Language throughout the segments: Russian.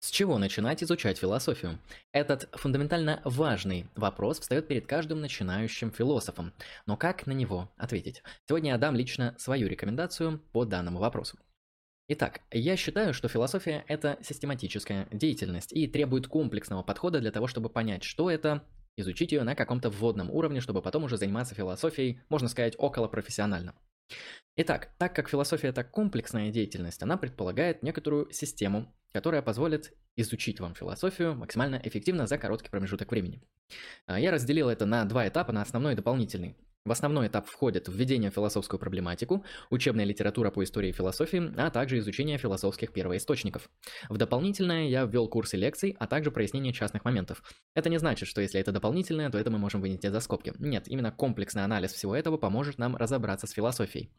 С чего начинать изучать философию? Этот фундаментально важный вопрос встает перед каждым начинающим философом. Но как на него ответить? Сегодня я дам лично свою рекомендацию по данному вопросу. Итак, я считаю, что философия – это систематическая деятельность и требует комплексного подхода для того, чтобы понять, что это, изучить ее на каком-то вводном уровне, чтобы потом уже заниматься философией, можно сказать, околопрофессионально. Итак, так как философия – это комплексная деятельность, она предполагает некоторую систему, которая позволит изучить вам философию максимально эффективно за короткий промежуток времени. Я разделил это на два этапа, на основной и дополнительный. В основной этап входит введение в философскую проблематику, учебная литература по истории и философии, а также изучение философских первоисточников. В дополнительное я ввел курсы лекций, а также прояснение частных моментов. Это не значит, что если это дополнительное, то это мы можем вынести за скобки. Нет, именно комплексный анализ всего этого поможет нам разобраться с философией.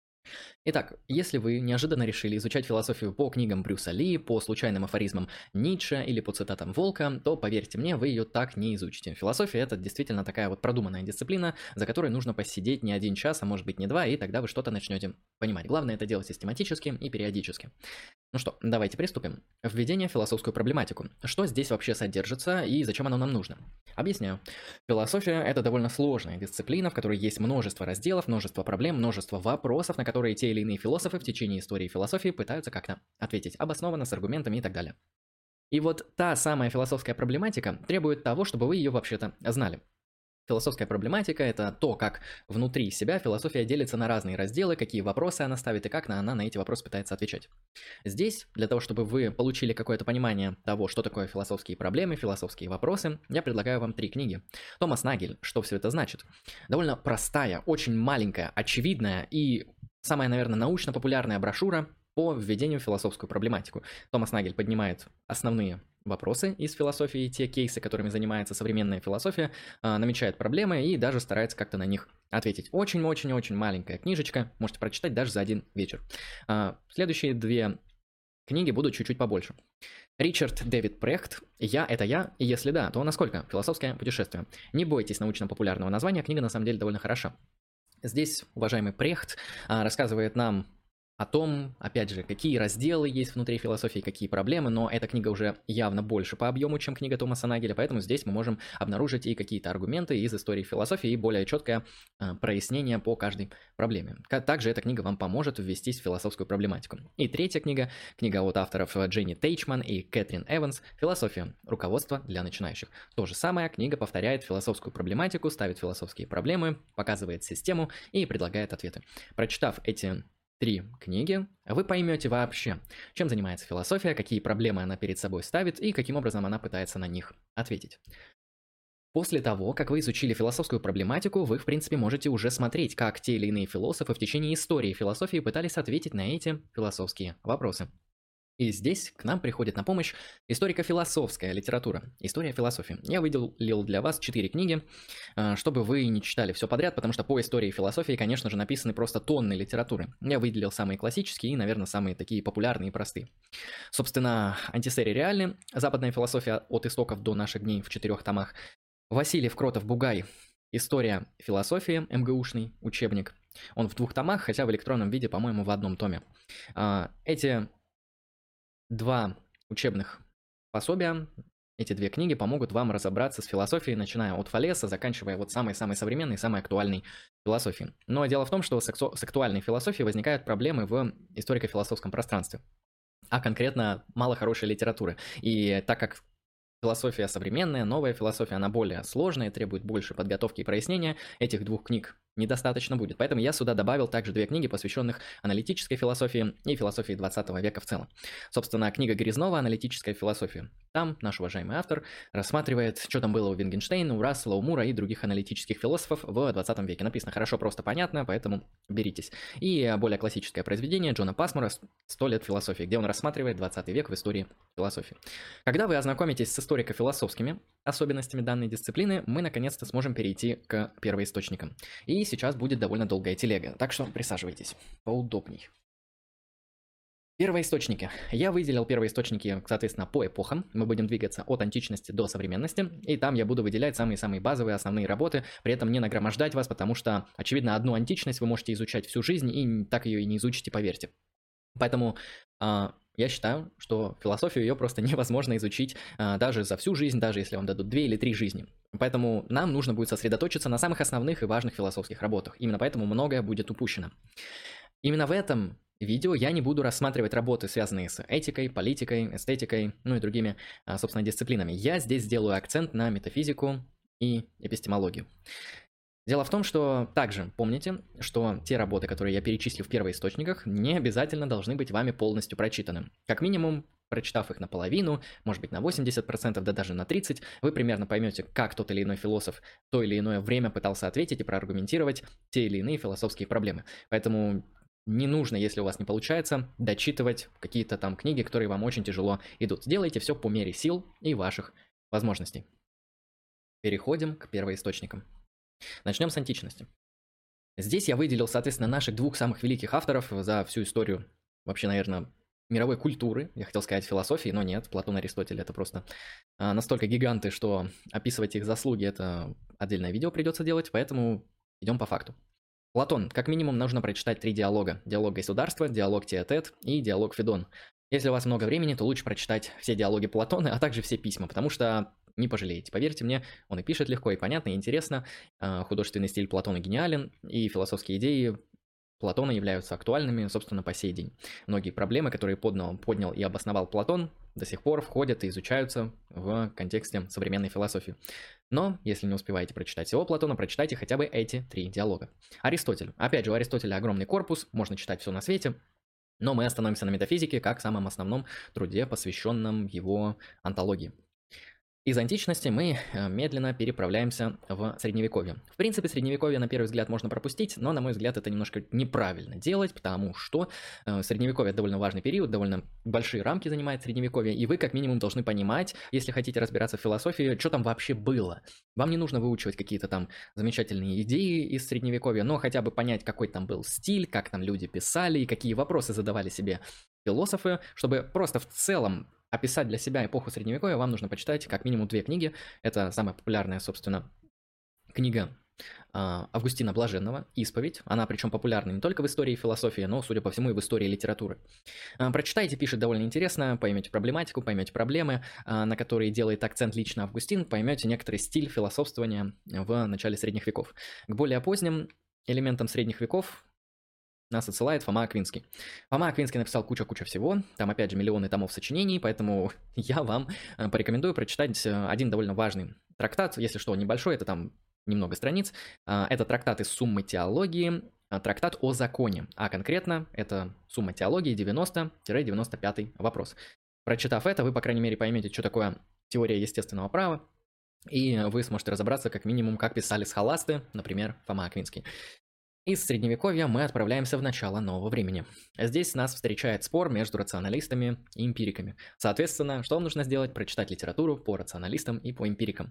Итак, если вы неожиданно решили изучать философию по книгам Брюса Ли, по случайным афоризмам Ницше или по цитатам Волка, то, поверьте мне, вы ее так не изучите. Философия – это действительно такая вот продуманная дисциплина, за которой нужно посидеть не 1 час, а может быть не 2, и тогда вы что-то начнете понимать. Главное это делать систематически и периодически. Ну что, давайте приступим. Введение в философскую проблематику. Что здесь вообще содержится и зачем оно нам нужно? Объясняю. Философия – это довольно сложная дисциплина, в которой есть множество разделов, множество проблем, множество вопросов, на которые те или иные философы в течение истории философии пытаются как-то ответить обоснованно, с аргументами и так далее. И вот та самая философская проблематика требует того, чтобы вы ее вообще-то знали. Философская проблематика – это то, как внутри себя философия делится на разные разделы, какие вопросы она ставит и как она на эти вопросы пытается отвечать. Здесь, для того, чтобы вы получили какое-то понимание того, что такое философские проблемы, философские вопросы, я предлагаю вам 3 книги. Томас Нагель «Что все это значит?». Довольно простая, очень маленькая, очевидная и самая, наверное, научно-популярная брошюра по введению в философскую проблематику. Томас Нагель поднимает основные вопросы из философии, те кейсы, которыми занимается современная философия, намечает проблемы и даже старается как-то на них ответить. Очень-очень-очень маленькая книжечка, можете прочитать даже за 1 вечер. Следующие 2 книги будут чуть-чуть побольше. Ричард Дэвид Прехт «Я – это я, и если да, то насколько? Философское путешествие». Не бойтесь научно-популярного названия, книга на самом деле довольно хороша. Здесь уважаемый Прехт рассказывает нам о том, опять же, какие разделы есть внутри философии, какие проблемы, но эта книга уже явно больше по объему, чем книга Томаса Нагеля, поэтому здесь мы можем обнаружить и какие-то аргументы из истории философии, и более четкое прояснение по каждой проблеме. Также эта книга вам поможет ввестись в философскую проблематику. И 3-я книга, книга от авторов Дженни Тейчман и Кэтрин Эванс «Философия. Руководство для начинающих». То же самое, книга повторяет философскую проблематику, ставит философские проблемы, показывает систему и предлагает ответы. Прочитав эти 3 книги, вы поймете вообще, чем занимается философия, какие проблемы она перед собой ставит и каким образом она пытается на них ответить. После того, как вы изучили философскую проблематику, вы, в принципе, можете уже смотреть, как те или иные философы в течение истории философии пытались ответить на эти философские вопросы. И здесь к нам приходит на помощь историко-философская литература, история философии. Я выделил для вас 4 книги, чтобы вы не читали все подряд, потому что по истории философии, конечно же, написаны просто тонны литературы. Я выделил самые классические и, наверное, самые такие популярные и простые. Собственно, Антисери Реальны, западная философия от истоков до наших дней в 4 томах. Васильев, Кротов, Бугай, история философии, МГУшный учебник. Он в 2 томах, хотя в электронном виде, по-моему, в 1 томе. Эти 2 учебных пособия, эти 2 книги помогут вам разобраться с философией, начиная от Фалеса, заканчивая вот самой-самой современной, самой актуальной философией. Но дело в том, что с актуальной философией возникают проблемы в историко-философском пространстве, а конкретно мало хорошей литературы. И так как философия современная, новая философия, она более сложная, требует больше подготовки и прояснения, этих 2 книг недостаточно будет. Поэтому я сюда добавил также 2 книги, посвященных аналитической философии и философии 20 века в целом. Собственно, книга Грязнова «Аналитическая философия». Там наш уважаемый автор рассматривает, что там было у Витгенштейна, у Рассела, у Мура и других аналитических философов в 20 веке. Написано хорошо, просто, понятно, поэтому беритесь. И более классическое произведение Джона Пассмора «100 лет философии», где он рассматривает 20 век в истории философии. Когда вы ознакомитесь с историко-философскими особенностями данной дисциплины, мы наконец-то сможем перейти к первоисточникам. И сейчас будет довольно долгая телега, так что присаживайтесь поудобней. Первоисточники. Я выделил первоисточники, соответственно, по эпохам. Мы будем двигаться от античности до современности. И там я буду выделять самые-самые базовые, основные работы, при этом не нагромождать вас, потому что, очевидно, одну античность вы можете изучать всю жизнь, и так ее и не изучите, поверьте. Поэтому Я считаю, что философию ее просто невозможно изучить даже за всю жизнь, даже если вам дадут 2 или 3 жизни. Поэтому нам нужно будет сосредоточиться на самых основных и важных философских работах. Именно поэтому многое будет упущено. Именно в этом видео я не буду рассматривать работы, связанные с этикой, политикой, эстетикой, ну и другими, собственно, дисциплинами. Я здесь сделаю акцент на метафизику и эпистемологию. Дело в том, что также помните, что те работы, которые я перечислю в первоисточниках, не обязательно должны быть вами полностью прочитаны. Как минимум, прочитав их наполовину, может быть на 80%, да даже на 30%, вы примерно поймете, как тот или иной философ в то или иное время пытался ответить и проаргументировать те или иные философские проблемы. Поэтому не нужно, если у вас не получается, дочитывать какие-то там книги, которые вам очень тяжело идут. Делайте все по мере сил и ваших возможностей. Переходим к первоисточникам. Начнем с античности. Здесь я выделил, соответственно, наших 2 самых великих авторов за всю историю, вообще, наверное, мировой культуры. Я хотел сказать философии, но нет, Платон и Аристотель это просто настолько гиганты, что описывать их заслуги это отдельное видео придется делать, поэтому идем по факту. Платон, как минимум, нужно прочитать 3 диалога. Диалог государства, диалог Теотет и диалог Федон. Если у вас много времени, то лучше прочитать все диалоги Платона, а также все письма, потому что не пожалеете. Поверьте мне, он и пишет легко, и понятно, и интересно. Художественный стиль Платона гениален, и философские идеи Платона являются актуальными, собственно, по сей день. Многие проблемы, которые поднял и обосновал Платон, до сих пор входят и изучаются в контексте современной философии. Но, если не успеваете прочитать всего Платона, прочитайте хотя бы эти 3 диалога. Аристотель. Опять же, у Аристотеля огромный корпус, можно читать все на свете, но мы остановимся на метафизике как самом основном труде, посвященном его антологии. Из античности мы медленно переправляемся в Средневековье. В принципе, Средневековье на первый взгляд можно пропустить, но, на мой взгляд, это немножко неправильно делать, потому что Средневековье – это довольно важный период, довольно большие рамки занимает Средневековье, и вы как минимум должны понимать, если хотите разбираться в философии, что там вообще было. Вам не нужно выучивать какие-то там замечательные идеи из Средневековья, но хотя бы понять, какой там был стиль, как там люди писали и какие вопросы задавали себе философы, чтобы просто в целом описать для себя эпоху Средневековья, вам нужно почитать как минимум 2 книги. Это самая популярная, собственно, книга Августина Блаженного «Исповедь». Она причем популярна не только в истории и философии, но, судя по всему, и в истории литературы. Прочитайте, пишет довольно интересно, поймете проблематику, поймете проблемы, на которые делает акцент лично Августин, поймете некоторый стиль философствования в начале средних веков. К более поздним элементам средних веков нас отсылает Фома Аквинский. Фома Аквинский написал куча всего, там опять же миллионы томов сочинений, поэтому я вам порекомендую прочитать один довольно важный трактат, если что, небольшой, это там немного страниц. Это трактат из «Суммы теологии», трактат о законе, а конкретно это «Сумма теологии», 90-95 вопрос. Прочитав это, вы, по крайней мере, поймете, что такое теория естественного права, и вы сможете разобраться, как минимум, как писали схоласты, например, Фома Аквинский. Из Средневековья мы отправляемся в начало нового времени. Здесь нас встречает спор между рационалистами и эмпириками. Соответственно, что вам нужно сделать? Прочитать литературу по рационалистам и по эмпирикам.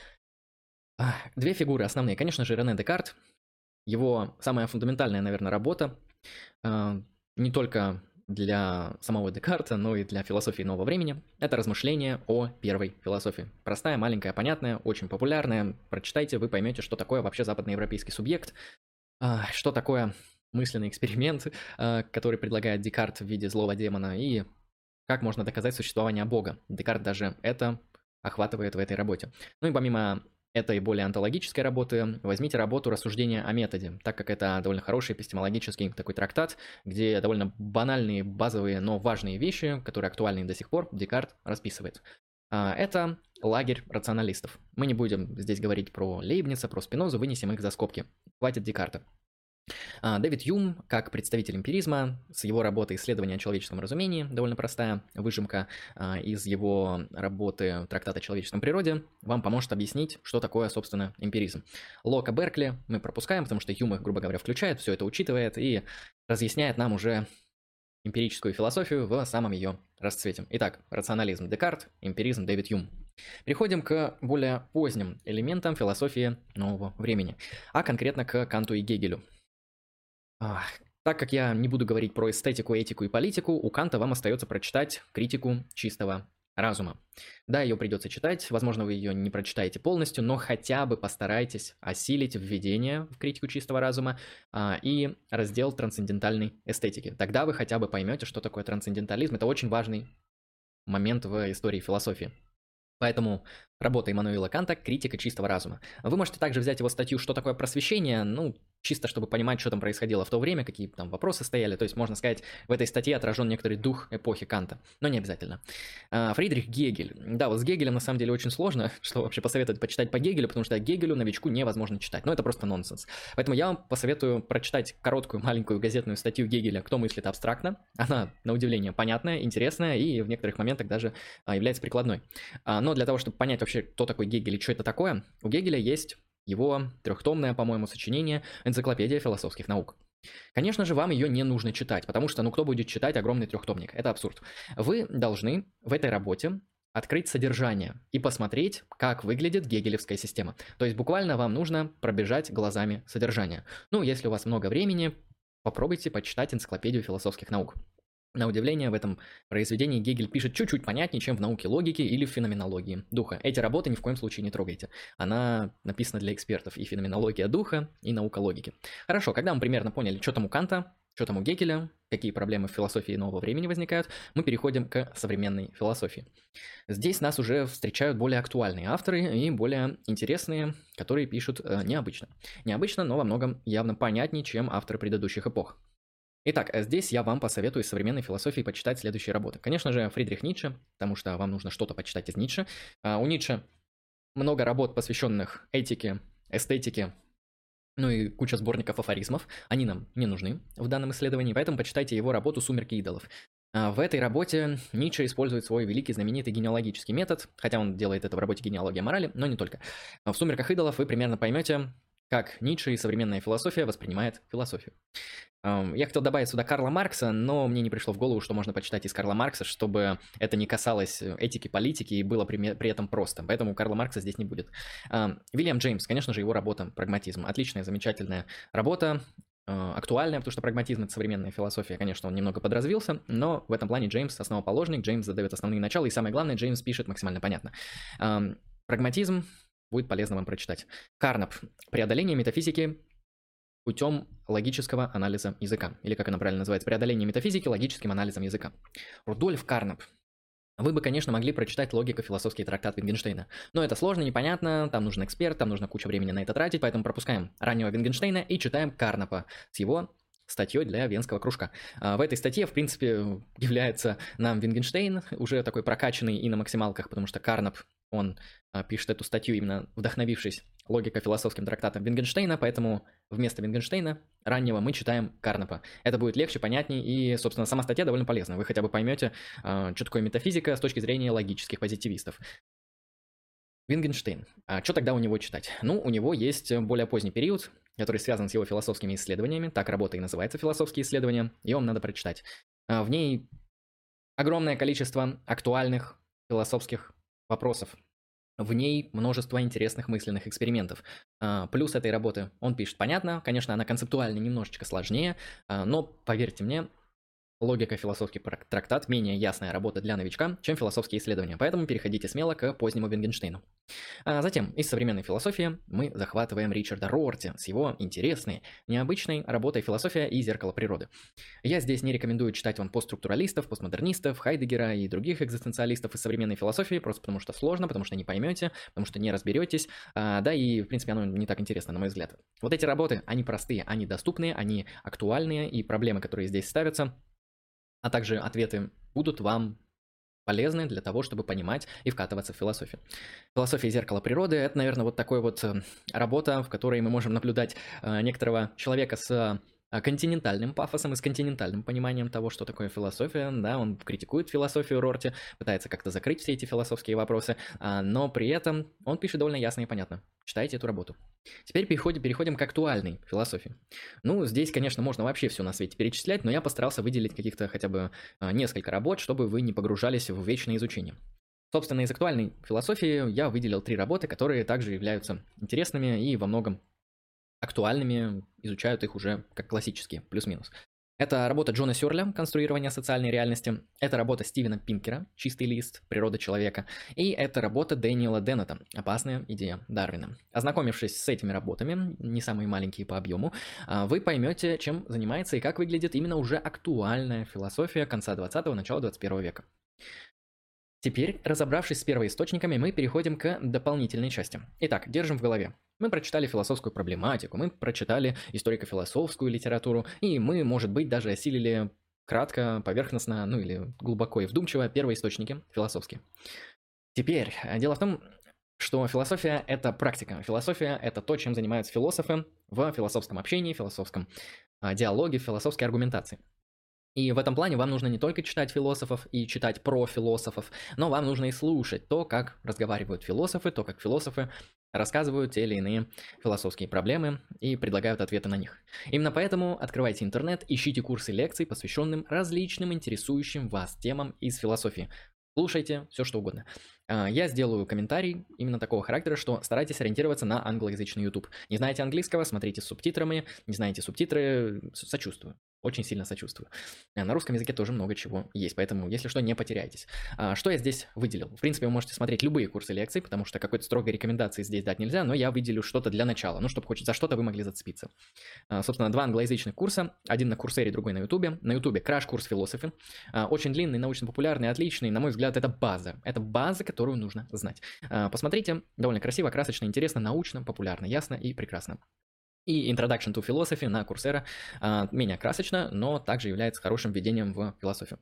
2 фигуры основные. Конечно же, Рене Декарт. Его самая фундаментальная, наверное, работа. Не только для самого Декарта, но и для философии нового времени. Это размышление о первой философии. Простая, маленькая, понятная, очень популярная. Прочитайте, вы поймете, что такое вообще западноевропейский субъект. Что такое мысленный эксперимент, который предлагает Декарт в виде злого демона, и как можно доказать существование Бога. Декарт даже это охватывает в этой работе. Ну и помимо этой более онтологической работы, возьмите работу «Рассуждения о методе», так как это довольно хороший эпистемологический такой трактат, где довольно банальные, базовые, но важные вещи, которые актуальны до сих пор, Декарт расписывает. Это лагерь рационалистов. Мы не будем здесь говорить про Лейбница, про Спинозу, вынесем их за скобки. Хватит Декарта. Дэвид Юм, как представитель эмпиризма, с его работы «Исследование о человеческом разумении», довольно простая выжимка из его работы «Трактат о человеческом природе», вам поможет объяснить, что такое, собственно, эмпиризм. Лока, Беркли мы пропускаем, потому что Юм их, грубо говоря, включает, все это учитывает и разъясняет нам уже эмпирическую философию в самом ее расцвете. Итак, рационализм Декарт, эмпиризм Дэвид Юм. Переходим к более поздним элементам философии нового времени, а конкретно к Канту и Гегелю. Так как я не буду говорить про эстетику, этику и политику, у Канта вам остается прочитать критику чистого разума. Да, ее придется читать, возможно, вы ее не прочитаете полностью, но хотя бы постарайтесь осилить введение в критику чистого разума и раздел трансцендентальной эстетики. Тогда вы хотя бы поймете, что такое трансцендентализм. Это очень важный момент в истории философии. Поэтому работа Иммануила Канта «Критика чистого разума». Вы можете также взять его статью «Что такое просвещение?», ну, чисто чтобы понимать, что там происходило в то время, какие там вопросы стояли. То есть, можно сказать, в этой статье отражен некоторый дух эпохи Канта, но не обязательно. Фридрих Гегель. Да, вот с Гегелем на самом деле очень сложно, что вообще посоветовать почитать по Гегелю, потому что Гегелю новичку невозможно читать. Ну, это просто нонсенс. Поэтому я вам посоветую прочитать короткую маленькую газетную статью Гегеля «Кто мыслит абстрактно». Она, на удивление, понятная, интересная и в некоторых моментах даже является прикладной. Но для того, чтобы понять вообще, кто такой Гегель и что это такое, у Гегеля есть его трехтомное, по-моему, сочинение «Энциклопедия философских наук». Конечно же, вам ее не нужно читать, потому что, ну, кто будет читать огромный трехтомник? Это абсурд. Вы должны в этой работе открыть содержание и посмотреть, как выглядит гегелевская система. То есть буквально вам нужно пробежать глазами содержание. Ну, если у вас много времени, попробуйте почитать «Энциклопедию философских наук». На удивление, в этом произведении Гегель пишет чуть-чуть понятнее, чем в «Науке логики» или в «Феноменологии духа». Эти работы ни в коем случае не трогайте. Она написана для экспертов, и «Феноменология духа», и «Наука логики». Хорошо, когда мы примерно поняли, что там у Канта, что там у Гегеля, какие проблемы в философии нового времени возникают, мы переходим к современной философии. Здесь нас уже встречают более актуальные авторы и более интересные, которые пишут необычно. Необычно, но во многом явно понятнее, чем авторы предыдущих эпох. Итак, здесь я вам посоветую из современной философии почитать следующие работы. Конечно же, Фридрих Ницше, потому что вам нужно что-то почитать из Ницше. У Ницше много работ, посвященных этике, эстетике, ну и куча сборников афоризмов. Они нам не нужны в данном исследовании, поэтому почитайте его работу «Сумерки идолов». В этой работе Ницше использует свой великий знаменитый генеалогический метод, хотя он делает это в работе «Генеалогия морали», но не только. В «Сумерках идолов» вы примерно поймете, как Ницше и современная философия воспринимает философию. Я хотел добавить сюда Карла Маркса, но мне не пришло в голову, что можно почитать из Карла Маркса, чтобы это не касалось этики, политики и было при этом просто. Поэтому Карла Маркса здесь не будет. Вильям Джеймс, конечно же, его работа «Прагматизм». Отличная, замечательная работа, актуальная, потому что прагматизм — это современная философия. Конечно, он немного подразвился, но в этом плане Джеймс основоположник, Джеймс задает основные начала, и самое главное, Джеймс пишет максимально понятно. Прагматизм будет полезно вам прочитать. Карнап. Преодоление метафизики путем логического анализа языка. Или как она правильно называется? Преодоление метафизики логическим анализом языка. Рудольф Карнап. Вы бы, конечно, могли прочитать логико-философский трактат Wittgensteina. Но это сложно, непонятно, там нужен эксперт, там нужно куча времени на это тратить, поэтому пропускаем раннего Wittgensteina и читаем Карнапа с его статьей для Венского кружка. В этой статье, в принципе, является нам Wittgenstein, уже такой прокачанный и на максималках, потому что Карнап, он пишет эту статью именно вдохновившись логико-философским трактатом Wittgensteina, поэтому вместо Wittgensteina раннего мы читаем Карнапа. Это будет легче, понятнее, и, собственно, сама статья довольно полезна. Вы хотя бы поймете, что такое метафизика с точки зрения логических позитивистов. Wittgenstein. Что тогда у него читать? Ну, у него есть более поздний период, который связан с его философскими исследованиями. Так работа и называется «Философские исследования», и вам надо прочитать. В ней огромное количество актуальных философских вопросов. В ней множество интересных мысленных экспериментов. Плюс этой работы он пишет понятно, конечно, она концептуально немножечко сложнее, но, поверьте мне, логико-философский трактат менее ясная работа для новичка, чем философские исследования, поэтому переходите смело к позднему Wittgensteinu. Затем, из современной философии мы захватываем Ричарда Рорти с его интересной, необычной работой «Философия и зеркало природы». Я здесь не рекомендую читать вам постструктуралистов, постмодернистов, Хайдеггера и других экзистенциалистов из современной философии, просто потому что сложно, потому что не поймете, потому что не разберетесь, да и, в принципе, оно не так интересно, на мой взгляд. Вот эти работы, они простые, они доступные, они актуальные, и проблемы, которые здесь ставятся, а также ответы будут вам полезны для того, чтобы понимать и вкатываться в философию. «Философия зеркала природы» — это, наверное, вот такой вот работа, в которой мы можем наблюдать некоторого человека с континентальным пафосом и с континентальным пониманием того, что такое философия. Да, он критикует философию Рорти, пытается как-то закрыть все эти философские вопросы, но при этом он пишет довольно ясно и понятно. Читайте эту работу. Теперь переходим к актуальной философии. Ну, здесь, конечно, можно вообще все на свете перечислять, но я постарался выделить каких-то хотя бы несколько работ, чтобы вы не погружались в вечное изучение. Собственно, из актуальной философии я выделил 3 работы, которые также являются интересными и во многом актуальными, изучают их уже как классические, плюс-минус. Это работа Джона Сёрля «Конструирование социальной реальности», это работа Стивена Пинкера «Чистый лист. Природа человека», и это работа Дэниела Деннета «Опасная идея Дарвина». Ознакомившись с этими работами, не самые маленькие по объему, вы поймете, чем занимается и как выглядит именно уже актуальная философия конца 20-го, начала 21 века. Теперь, разобравшись с первоисточниками, мы переходим к дополнительной части. Итак, держим в голове. Мы прочитали философскую проблематику, мы прочитали историко-философскую литературу, и мы, может быть, даже осилили кратко, поверхностно, ну или глубоко и вдумчиво первоисточники философские. Теперь, дело в том, что философия – это практика. Философия – это то, чем занимаются философы в философском общении, философском диалоге, философской аргументации. И в этом плане вам нужно не только читать философов и читать про философов, но вам нужно и слушать то, как разговаривают философы, то, как философы рассказывают те или иные философские проблемы и предлагают ответы на них. Именно поэтому открывайте интернет, ищите курсы лекций, посвященным различным интересующим вас темам из философии. Слушайте все, что угодно. Я сделаю комментарий именно такого характера, что старайтесь ориентироваться на англоязычный YouTube. Не знаете английского, смотрите с субтитрами. Не знаете субтитры, сочувствую. Очень сильно сочувствую. На русском языке тоже много чего есть, поэтому, если что, не потеряйтесь. Что я здесь выделил? В принципе, вы можете смотреть любые курсы лекций, потому что какой-то строгой рекомендации здесь дать нельзя, но я выделю что-то для начала, ну, чтобы хоть за что-то вы могли зацепиться. Собственно, 2 англоязычных курса, один на Курсере, другой на Ютубе. На Ютубе краш-курс философии. Очень длинный, научно-популярный, отличный, на мой взгляд, это база. Это база, которую нужно знать. Посмотрите, довольно красиво, красочно, интересно, научно, популярно, ясно и прекрасно. И Introduction to Philosophy на Coursera менее красочно, но также является хорошим введением в философию.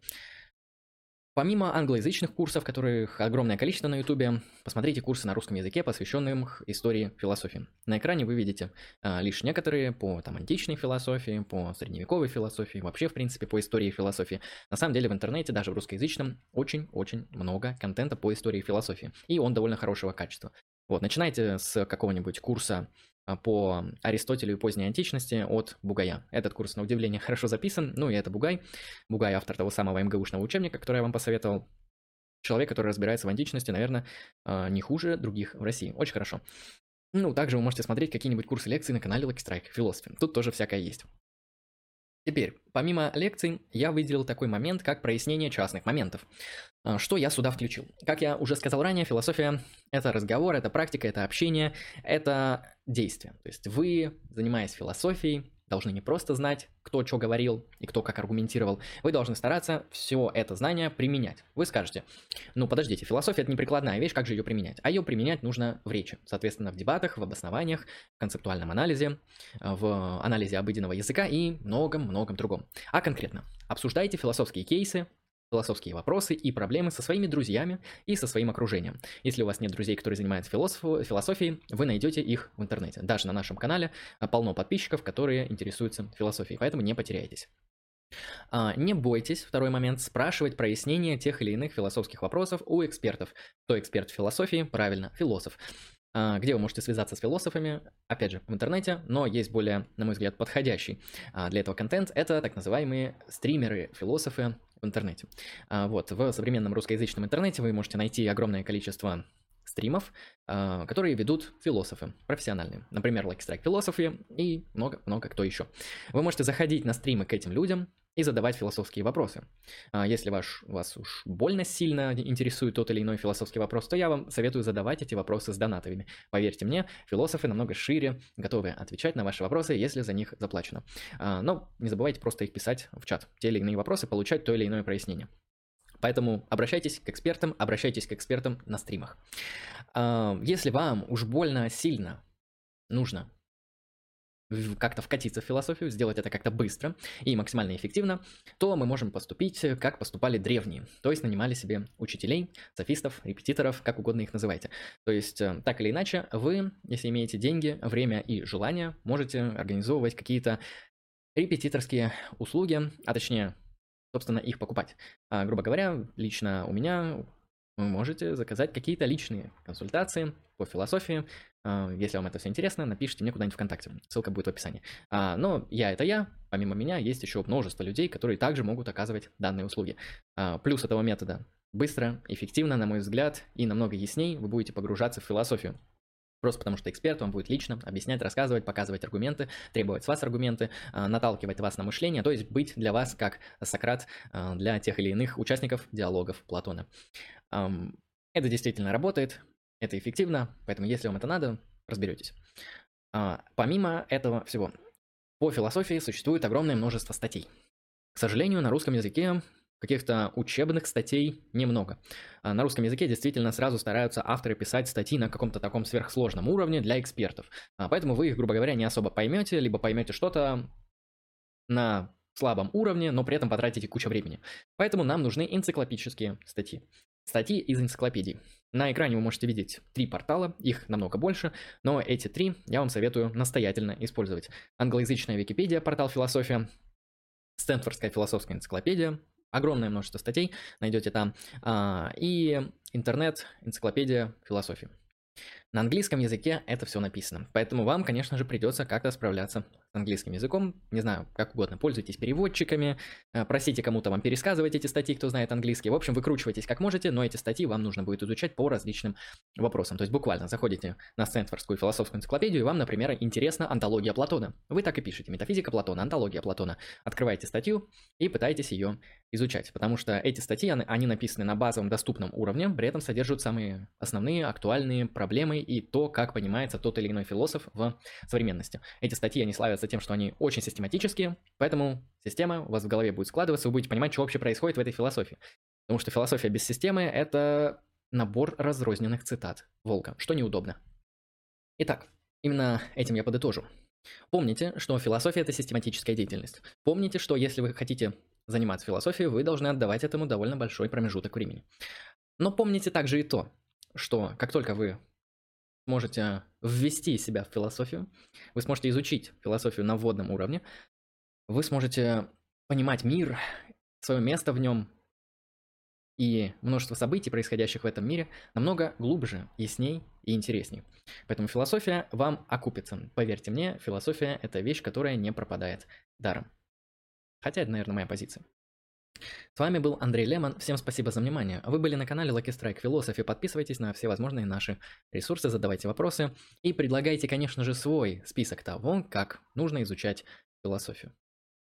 Помимо англоязычных курсов, которых огромное количество на YouTube, посмотрите курсы на русском языке, посвященные истории философии. На экране вы видите лишь некоторые по античной философии, по средневековой философии, вообще, в принципе, по истории философии. На самом деле в интернете, даже в русскоязычном, очень-очень много контента по истории философии, и он довольно хорошего качества. Вот, начинайте с какого-нибудь курса по Аристотелю и поздней античности от Бугая. Этот курс, на удивление, хорошо записан, ну и это Бугай. Бугай – автор того самого МГУшного учебника, который я вам посоветовал. Человек, который разбирается в античности, наверное, не хуже других в России. Очень хорошо. Ну, также вы можете смотреть какие-нибудь курсы лекций на канале Lucky Strike Philosophy. Тут тоже всякое есть. Теперь, помимо лекций, я выделил такой момент, как прояснение частных моментов. Что я сюда включил? Как я уже сказал ранее, философия – это разговор, это практика, это общение, это действие. То есть вы, занимаясь философией, должны не просто знать, кто что говорил и кто как аргументировал, вы должны стараться все это знание применять. Вы скажете, ну подождите, философия – это не прикладная вещь, как же ее применять? А ее применять нужно в речи, соответственно, в дебатах, в обоснованиях, в концептуальном анализе, в анализе обыденного языка и многом-многом другом. А конкретно, обсуждайте философские кейсы, философские вопросы и проблемы со своими друзьями и со своим окружением. Если у вас нет друзей, которые занимаются философией, вы найдете их в интернете. Даже на нашем канале полно подписчиков, которые интересуются философией, поэтому не потеряйтесь. Не бойтесь, второй момент, спрашивать прояснение тех или иных философских вопросов у экспертов. Кто эксперт в философии? Правильно, философ. Где вы можете связаться с философами, опять же, в интернете, но есть более, на мой взгляд, подходящий для этого контент, это так называемые стримеры-философы в интернете. Вот, в современном русскоязычном интернете вы можете найти огромное количество стримов, которые ведут философы профессиональные. Например, Lucky Strike Philosophy и много-много кто еще. Вы можете заходить на стримы к этим людям и задавать философские вопросы. Если вас уж больно сильно интересует тот или иной философский вопрос, то я вам советую задавать эти вопросы с донатами. Поверьте мне, философы намного шире готовы отвечать на ваши вопросы, если за них заплачено. Но не забывайте просто их писать в чат. Те или иные вопросы, получать то или иное прояснение. Поэтому обращайтесь к экспертам на стримах. Если вам уж больно сильно нужно как-то вкатиться в философию, сделать это как-то быстро и максимально эффективно, то мы можем поступить, как поступали древние. То есть нанимали себе учителей, софистов, репетиторов, как угодно их называйте. То есть, так или иначе, вы, если имеете деньги, время и желание, можете организовывать какие-то репетиторские услуги, а точнее, собственно, их покупать. Грубо говоря, лично у меня вы можете заказать какие-то личные консультации по философии. Если вам это все интересно, напишите мне куда-нибудь ВКонтакте. Ссылка будет в описании. Но это я. Помимо меня есть еще множество людей, которые также могут оказывать данные услуги. Плюс этого метода: быстро, эффективно, на мой взгляд, и намного ясней вы будете погружаться в философию. Просто потому что эксперт вам будет лично объяснять, рассказывать, показывать аргументы, требовать с вас аргументы, наталкивать вас на мышление, то есть быть для вас как Сократ для тех или иных участников диалогов Платона. Это действительно работает, это эффективно, поэтому если вам это надо, разберетесь. Помимо этого всего, по философии существует огромное множество статей. К сожалению, на русском языке каких-то учебных статей немного. На русском языке действительно сразу стараются авторы писать статьи на каком-то таком сверхсложном уровне для экспертов. Поэтому вы их, грубо говоря, не особо поймете, либо поймете что-то на слабом уровне, но при этом потратите кучу времени. Поэтому нам нужны энциклопедические статьи. Статьи из энциклопедий. На экране вы можете видеть 3 портала, их намного больше, но эти 3 я вам советую настоятельно использовать. Англоязычная Википедия, портал «Философия», Стэнфордская философская энциклопедия, огромное множество статей найдете там, и интернет-энциклопедия философии. На английском языке это все написано, поэтому вам, конечно же, придется как-то справляться с английским языком. Не знаю, как угодно, пользуйтесь переводчиками, просите кому-то вам пересказывать эти статьи, кто знает английский. В общем, выкручивайтесь как можете, но эти статьи вам нужно будет изучать по различным вопросам. То есть буквально заходите на Стэнфордскую философскую энциклопедию, и вам, например, интересна антология Платона. Вы так и пишете: метафизика Платона, антология Платона. Открываете статью и пытаетесь ее изучать, потому что эти статьи, они написаны на базовом доступном уровне, при этом содержат самые основные актуальные проблемы и то, как понимается тот или иной философ в современности. Эти статьи, они славятся тем, что они очень систематические, поэтому система у вас в голове будет складываться, вы будете понимать, что вообще происходит в этой философии. Потому что философия без системы – это набор разрозненных цитат Волка, что неудобно. Итак, именно этим я подытожу. Помните, что философия – это систематическая деятельность. Помните, что если вы хотите заниматься философией, вы должны отдавать этому довольно большой промежуток времени. Но помните также и то, что как только вы сможете ввести себя в философию, вы сможете изучить философию на вводном уровне, вы сможете понимать мир, свое место в нем и множество событий, происходящих в этом мире, намного глубже, ясней и интересней. Поэтому философия вам окупится. Поверьте мне, философия – это вещь, которая не пропадает даром. Хотя это, наверное, моя позиция. С вами был Андрей Лемон. Всем спасибо за внимание. Вы были на канале Lucky Strike Philosophy. Подписывайтесь на все возможные наши ресурсы, задавайте вопросы и предлагайте, конечно же, свой список того, как нужно изучать философию.